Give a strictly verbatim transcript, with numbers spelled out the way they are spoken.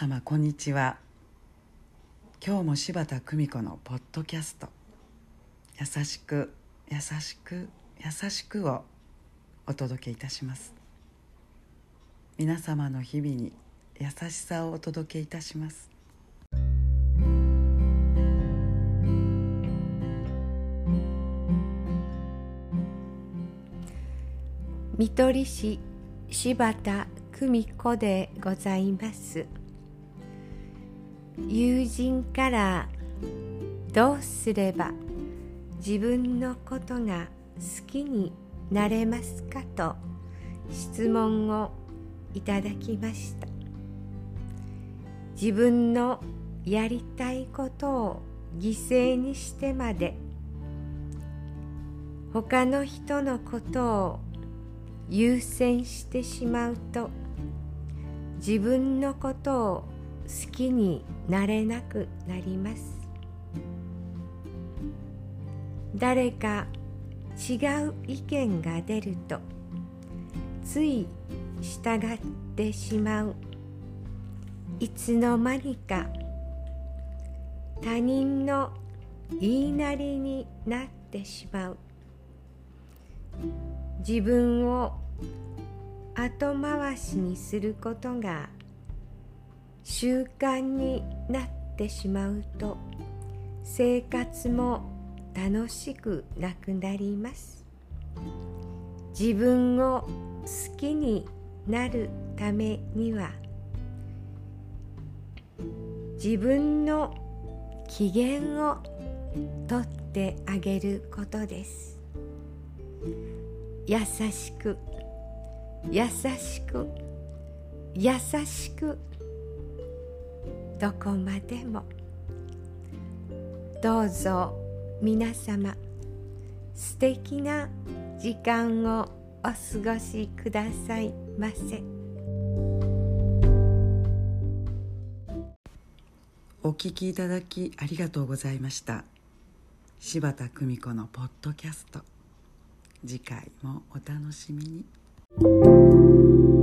様こんにちは。今日も柴田久美子のポッドキャスト、優しく優しく優しくをお届けいたします。皆様の日々に優しさをお届けいたします。 看取り師柴田久美子でございます。友人からどうすれば自分のことが好きになれますかと質問をいただきました。自分のやりたいことを犠牲にしてまで他の人のことを優先してしまうと自分のことを好きになれなくなります。誰か違う意見が出るとつい従ってしまう。いつの間にか他人の言いなりになってしまう。自分を後回しにすることが習慣になってしまうと生活も楽しくなくなります。自分を好きになるためには自分の機嫌をとってあげることです。優しく優しく優しくどこまでも。どうぞ皆様素敵な時間をお過ごしくださいませ。 お聞きいただきありがとうございました。柴田久美子のポッドキャスト、次回もお楽しみに。